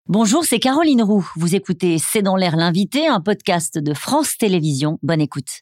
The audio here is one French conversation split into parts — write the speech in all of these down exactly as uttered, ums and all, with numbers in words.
Bonjour, c'est Caroline Roux. Vous écoutez C'est dans l'air l'invité, un podcast de France Télévisions. Bonne écoute.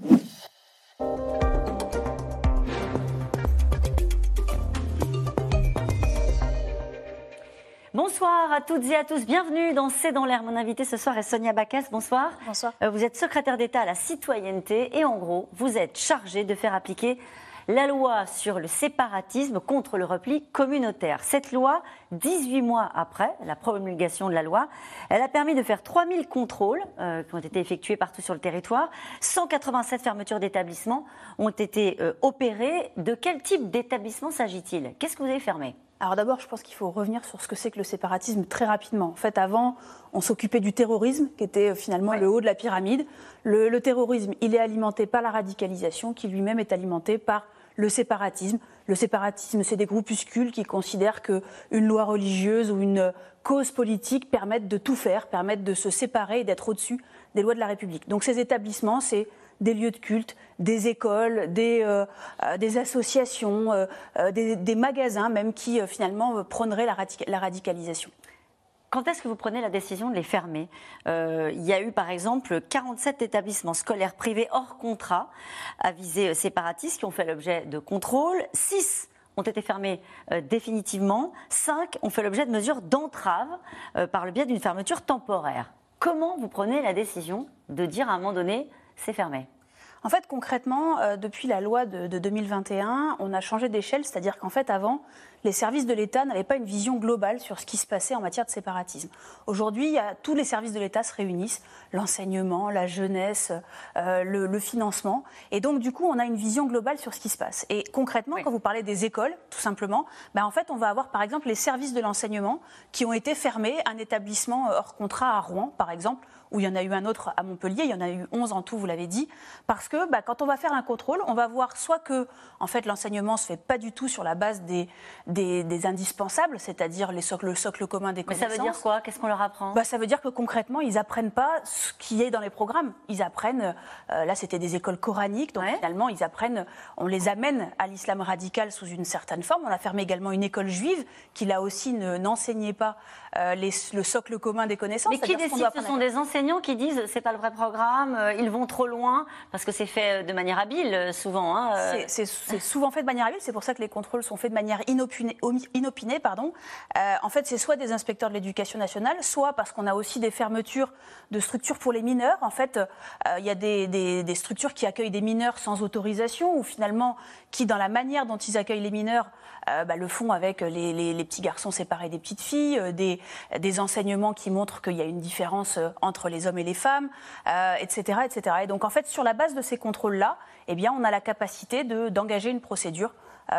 Bonsoir à toutes et à tous, bienvenue dans C'est dans l'air. Mon invité ce soir est Sonia Backès, bonsoir. Bonsoir. Vous êtes secrétaire d'État à la citoyenneté et en gros, vous êtes chargée de faire appliquer la loi sur le séparatisme contre le repli communautaire. Cette loi, dix-huit mois après la promulgation de la loi, elle a permis de faire trois mille contrôles euh, qui ont été effectués partout sur le territoire. cent quatre-vingt-sept fermetures d'établissements ont été euh, opérées. De quel type d'établissement s'agit-il? Qu'est-ce que vous avez fermé? Alors d'abord, je pense qu'il faut revenir sur ce que c'est que le séparatisme très rapidement. En fait, avant, on s'occupait du terrorisme, qui était finalement ouais. le haut de la pyramide. Le, le terrorisme, il est alimenté par la radicalisation, qui lui-même est alimenté par le séparatisme. Le séparatisme, c'est des groupuscules qui considèrent qu'une loi religieuse ou une cause politique permettent de tout faire, permettent de se séparer et d'être au-dessus des lois de la République. Donc ces établissements, c'est des lieux de culte, des écoles, des, euh, euh, des associations, euh, euh, des, des magasins même qui euh, finalement euh, prôneraient la, radica- la radicalisation. Quand est-ce que vous prenez la décision de les fermer? euh, Il y a eu par exemple quarante-sept établissements scolaires privés hors contrat à visée séparatiste qui ont fait l'objet de contrôles. six ont été fermés euh, définitivement. cinq ont fait l'objet de mesures d'entrave euh, par le biais d'une fermeture temporaire. Comment vous prenez la décision de dire à un moment donné c'est fermé? En fait, concrètement, euh, depuis la loi de, de deux mille vingt et un, on a changé d'échelle, c'est-à-dire qu'en fait, avant, les services de l'État n'avaient pas une vision globale sur ce qui se passait en matière de séparatisme. Aujourd'hui, il y a, tous les services de l'État se réunissent, l'enseignement, la jeunesse, euh, le, le financement, et donc du coup, on a une vision globale sur ce qui se passe. Et concrètement, oui. quand vous parlez des écoles, tout simplement, ben, en fait, on va avoir par exemple les services de l'enseignement qui ont été fermés, un établissement hors contrat à Rouen, par exemple, où il y en a eu un autre à Montpellier, il y en a eu onze en tout, vous l'avez dit, parce que bah, quand on va faire un contrôle, on va voir soit que en fait, l'enseignement ne se fait pas du tout sur la base des, des, des indispensables, c'est-à-dire les socles, le socle commun des connaissances. Mais ça veut dire quoi? Qu'est-ce qu'on leur apprend? bah, Ça veut dire que concrètement, ils n'apprennent pas ce qui est dans les programmes. Ils apprennent, euh, là c'était des écoles coraniques, donc ouais. finalement ils apprennent, on les amène à l'islam radical sous une certaine forme. On a fermé également une école juive qui là aussi ne, n'enseignait pas euh, les, le socle commun des connaissances. Mais qui décide? Ce sont des enseignants qui disent c'est pas le vrai programme, euh, ils vont trop loin, parce que c'est fait de manière habile souvent. Hein, euh... c'est, c'est, c'est souvent fait de manière habile, c'est pour ça que les contrôles sont faits de manière inopinée. inopinée pardon. Euh, en fait, c'est soit des inspecteurs de l'éducation nationale, soit parce qu'on a aussi des fermetures de structures pour les mineurs. En fait, euh, il y a des, des, des structures qui accueillent des mineurs sans autorisation, ou finalement qui, dans la manière dont ils accueillent les mineurs, euh, bah, le font avec les, les, les petits garçons séparés des petites filles, euh, des, des enseignements qui montrent qu'il y a une différence entre les hommes et les femmes, euh, et cetera, et cetera. Et donc, en fait, sur la base de ces contrôles-là, eh bien, on a la capacité de, d'engager une procédure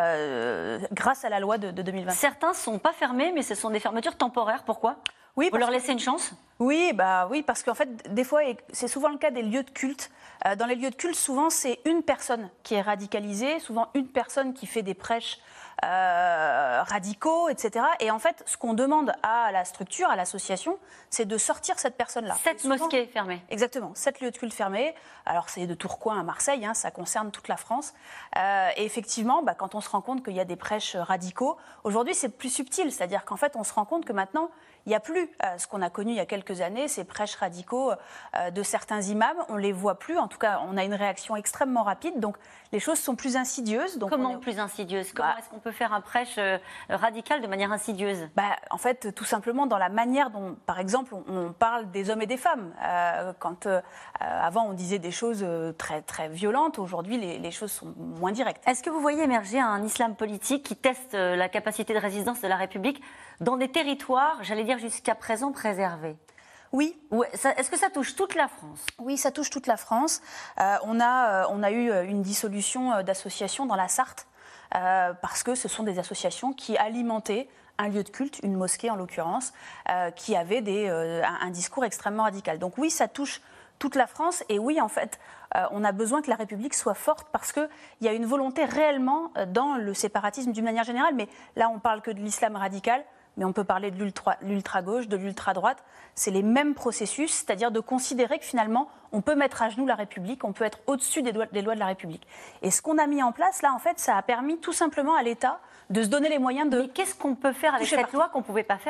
euh, grâce à la loi de, de deux mille vingt. Certains ne sont pas fermés, mais ce sont des fermetures temporaires. Pourquoi? Oui, vous leur laissez une chance? Oui, bah oui, parce qu'en fait, des fois, et c'est souvent le cas des lieux de culte. Euh, dans les lieux de culte, souvent, c'est une personne qui est radicalisée, souvent une personne qui fait des prêches euh, radicaux, et cetera. Et en fait, ce qu'on demande à la structure, à l'association, c'est de sortir cette personne-là. Sept mosquées fermées. Exactement, sept lieux de culte fermés. Alors, c'est de Tourcoing à Marseille, hein, ça concerne toute la France. Euh, et effectivement, bah, quand on se rend compte qu'il y a des prêches radicaux, aujourd'hui, c'est plus subtil. C'est-à-dire qu'en fait, on se rend compte que maintenant, il n'y a plus euh, ce qu'on a connu il y a quelques années, ces prêches radicaux euh, de certains imams. On ne les voit plus. En tout cas, on a une réaction extrêmement rapide. Donc, les choses sont plus insidieuses. Donc Comment on est... plus insidieuses? Comment bah, est-ce qu'on peut faire un prêche euh, radical de manière insidieuse? bah, En fait, tout simplement dans la manière dont, par exemple, on, on parle des hommes et des femmes. Euh, quand euh, avant, on disait des choses très, très violentes. Aujourd'hui, les, les choses sont moins directes. Est-ce que vous voyez émerger un islam politique qui teste la capacité de résistance de la République dans des territoires, j'allais dire jusqu'à présent, préservés? Oui. Est-ce que ça touche toute la France? Oui, ça touche toute la France. Euh, on, a, on a eu une dissolution d'associations dans la Sarthe euh, parce que ce sont des associations qui alimentaient un lieu de culte, une mosquée en l'occurrence, euh, qui avait des, euh, un, un discours extrêmement radical. Donc oui, ça touche toute la France. Et oui, en fait, euh, on a besoin que la République soit forte parce qu'il y a une volonté réellement dans le séparatisme d'une manière générale. Mais là, on ne parle que de l'islam radical. Mais on peut parler de l'ultra, l'ultra-gauche, de l'ultra-droite. C'est les mêmes processus, c'est-à-dire de considérer que finalement, on peut mettre à genoux la République, on peut être au-dessus des lois, des lois de la République. Et ce qu'on a mis en place, là, en fait, ça a permis tout simplement à l'État de se donner les moyens de... Mais qu'est-ce qu'on peut faire avec cette loi qu'on ne pouvait pas faire avant ?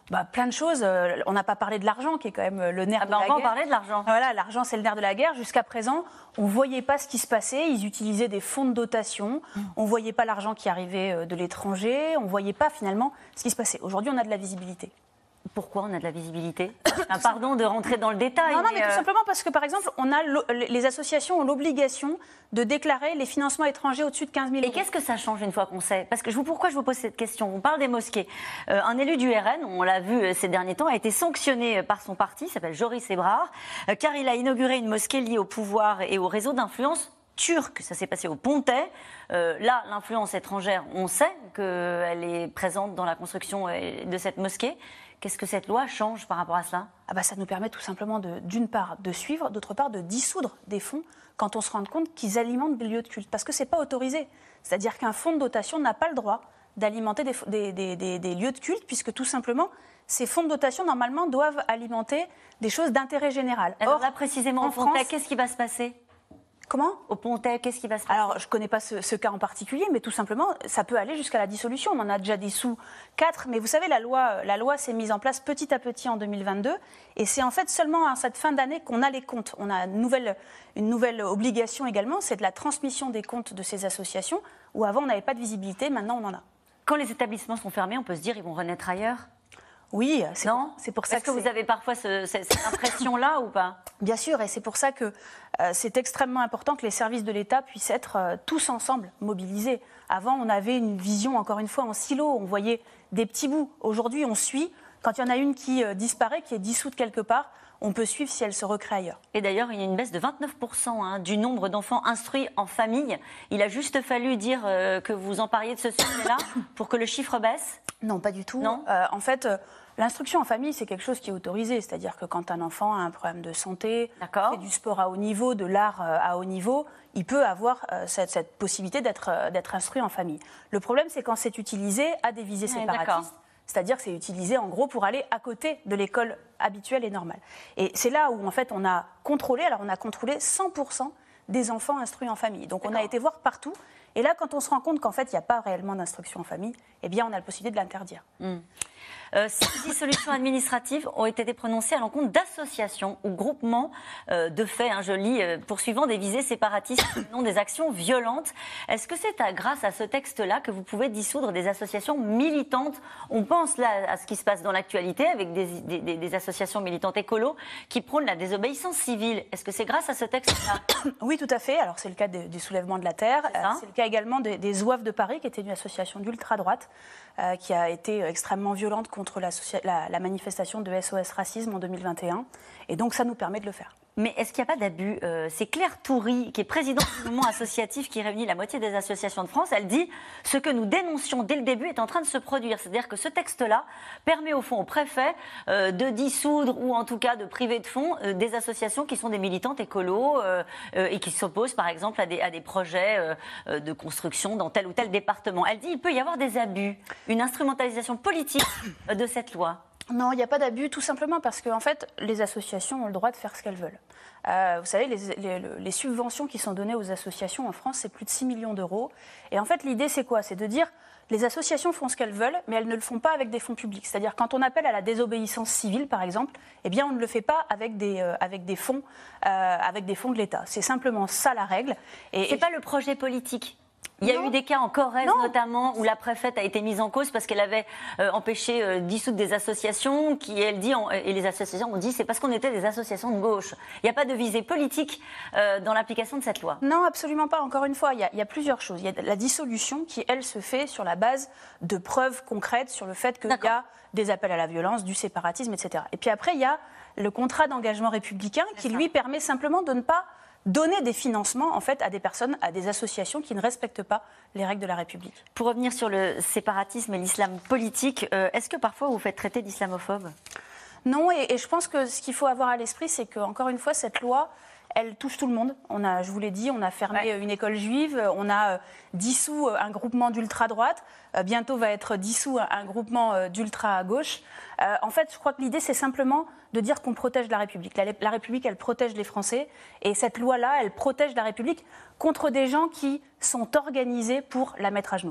Bah, plein de choses. Euh, on n'a pas parlé de l'argent, qui est quand même le nerf ah de bah la on guerre. On va en parler de l'argent. Voilà, l'argent, c'est le nerf de la guerre. Jusqu'à présent, on ne voyait pas ce qui se passait. Ils utilisaient des fonds de dotation. Mmh. On ne voyait pas l'argent qui arrivait de l'étranger. On ne voyait pas, finalement, ce qui se passait. Aujourd'hui, on a de la visibilité. Pourquoi on a de la visibilité? Enfin, pardon de rentrer dans le détail. Non, non, mais, mais euh... tout simplement parce que, par exemple, on a les associations ont l'obligation de déclarer les financements étrangers au-dessus de quinze mille euros. Et qu'est-ce que ça change une fois qu'on sait? Parce que je vous, pourquoi je vous pose cette question? On parle des mosquées. Euh, un élu du R N, on l'a vu ces derniers temps, a été sanctionné par son parti, il s'appelle Joris Ebrar, euh, car il a inauguré une mosquée liée au pouvoir et au réseau d'influence turc. Ça s'est passé au Pontet. Euh, là, l'influence étrangère, on sait qu'elle est présente dans la construction de cette mosquée. Qu'est-ce que cette loi change par rapport à cela? Ah bah ça nous permet tout simplement, de, d'une part, de suivre, d'autre part, de dissoudre des fonds quand on se rend compte qu'ils alimentent des lieux de culte. Parce que ce n'est pas autorisé. C'est-à-dire qu'un fonds de dotation n'a pas le droit d'alimenter des, des, des, des, des lieux de culte, puisque tout simplement, ces fonds de dotation, normalement, doivent alimenter des choses d'intérêt général. Alors Or, là, précisément, en France, qu'est-ce qui va se passer? Comment? Au Pontet, qu'est-ce qui va se passer? Alors, je ne connais pas ce, ce cas en particulier, mais tout simplement, ça peut aller jusqu'à la dissolution. On en a déjà dissous quatre, mais vous savez, la loi, la loi s'est mise en place petit à petit en deux mille vingt-deux, et c'est en fait seulement à cette fin d'année qu'on a les comptes. On a une nouvelle, une nouvelle obligation également, c'est de la transmission des comptes de ces associations, où avant on n'avait pas de visibilité, maintenant on en a. Quand les établissements sont fermés, on peut se dire ils vont renaître ailleurs? Oui, c'est, non c'est pour ça Est-ce que, que vous avez parfois ce, cette impression-là ou pas? Bien sûr, et c'est pour ça que euh, c'est extrêmement important que les services de l'État puissent être euh, tous ensemble mobilisés. Avant, on avait une vision, encore une fois, en silo, on voyait des petits bouts. Aujourd'hui, on suit. Quand il y en a une qui euh, disparaît, qui est dissoute quelque part, on peut suivre si elle se recrée ailleurs. Et d'ailleurs, il y a une baisse de vingt-neuf pour cent hein, du nombre d'enfants instruits en famille. Il a juste fallu dire euh, que vous en parliez de ce sujet-là pour que le chiffre baisse? Non, pas du tout. Non euh, en fait, euh, l'instruction en famille, c'est quelque chose qui est autorisé. C'est-à-dire que quand un enfant a un problème de santé, fait du sport à haut niveau, de l'art euh, à haut niveau, il peut avoir euh, cette, cette possibilité d'être, euh, d'être instruit en famille. Le problème, c'est quand c'est utilisé à des visées oui, séparatistes. C'est-à-dire que c'est utilisé en gros pour aller à côté de l'école habituelle et normale. Et c'est là où en fait on a contrôlé, alors on a contrôlé cent pour cent des enfants instruits en famille. Donc on a été voir partout. Et là, quand on se rend compte qu'en fait il n'y a pas réellement d'instruction en famille, eh bien on a la possibilité de l'interdire. Mmh. Euh, ces dissolutions administratives ont été prononcées à l'encontre d'associations ou groupements euh, de faits, hein, je lis, euh, poursuivant des visées séparatistes non des actions violentes. Est-ce que c'est à, grâce à ce texte-là que vous pouvez dissoudre des associations militantes? On pense là à ce qui se passe dans l'actualité avec des, des, des, des associations militantes écolos qui prônent la désobéissance civile. Est-ce que c'est grâce à ce texte-là? Oui, tout à fait. Alors c'est le cas de, du soulèvement de la terre. C'est, euh, c'est le cas également de, des Zouaves de Paris, qui était une association d'ultra-droite euh, qui a été extrêmement violente contre contre la, la, la manifestation de S O S Racisme en deux mille vingt et un. Et donc, ça nous permet de le faire. Mais est-ce qu'il n'y a pas d'abus? euh, C'est Claire Toury, qui est présidente du mouvement associatif qui réunit la moitié des associations de France. Elle dit « Ce que nous dénoncions dès le début est en train de se produire ». C'est-à-dire que ce texte-là permet au fond au préfet euh, de dissoudre ou en tout cas de priver de fonds euh, des associations qui sont des militantes écolos euh, euh, et qui s'opposent par exemple à des, à des projets euh, de construction dans tel ou tel département. Elle dit qu'il peut y avoir des abus, une instrumentalisation politique de cette loi. Non, il n'y a pas d'abus, tout simplement parce que en fait, les associations ont le droit de faire ce qu'elles veulent. Euh, vous savez, les, les, les subventions qui sont données aux associations en France, c'est plus de six millions d'euros. Et en fait, l'idée, c'est quoi? C'est de dire, les associations font ce qu'elles veulent, mais elles ne le font pas avec des fonds publics. C'est-à-dire, quand on appelle à la désobéissance civile, par exemple, eh bien, on ne le fait pas avec des, euh, avec des fonds, euh, avec des fonds de l'État. C'est simplement ça la règle. Et, c'est et... pas le projet politique? Il y a non. eu des cas en Corrèze non. notamment où la préfète a été mise en cause parce qu'elle avait euh, empêché euh, dissoudre des associations qui, elle dit, en, et les associations ont dit c'est parce qu'on était des associations de gauche. Il n'y a pas de visée politique euh, dans l'application de cette loi. Non, absolument pas. Encore une fois, il y a, il y a plusieurs choses. Il y a la dissolution qui, elle, se fait sur la base de preuves concrètes sur le fait qu'il y a des appels à la violence, du séparatisme, et cetera. Et puis après, il y a le contrat d'engagement républicain qui, lui, permet simplement de ne pas donner des financements en fait à des personnes, à des associations qui ne respectent pas les règles de la République. Pour revenir sur le séparatisme et l'islam politique, euh, est-ce que parfois vous faites traiter d'islamophobe? Non, et, et je pense que ce qu'il faut avoir à l'esprit, c'est qu'encore une fois, cette loi, elle touche tout le monde. On a, je vous l'ai dit, on a fermé ouais. une école juive, on a dissous un groupement d'ultra-droite, bientôt va être dissous un groupement d'ultra-gauche. Euh, en fait, je crois que l'idée, c'est simplement de dire qu'on protège la République. La, la République, elle protège les Français, et cette loi-là, elle protège la République contre des gens qui sont organisés pour la mettre à genoux.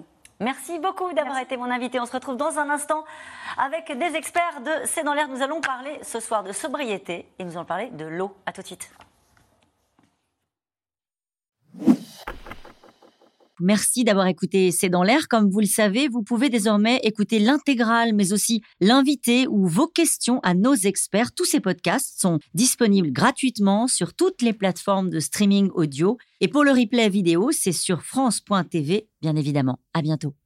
Merci beaucoup d'avoir Merci. été mon invité. On se retrouve dans un instant avec des experts de C'est dans l'air. Nous allons parler ce soir de sobriété et nous allons parler de l'eau. À tout de suite. Merci d'avoir écouté C'est dans l'air. Comme vous le savez, vous pouvez désormais écouter l'intégrale, mais aussi l'invité ou vos questions à nos experts. Tous ces podcasts sont disponibles gratuitement sur toutes les plateformes de streaming audio. Et pour le replay vidéo, c'est sur France point T V, bien évidemment. À bientôt.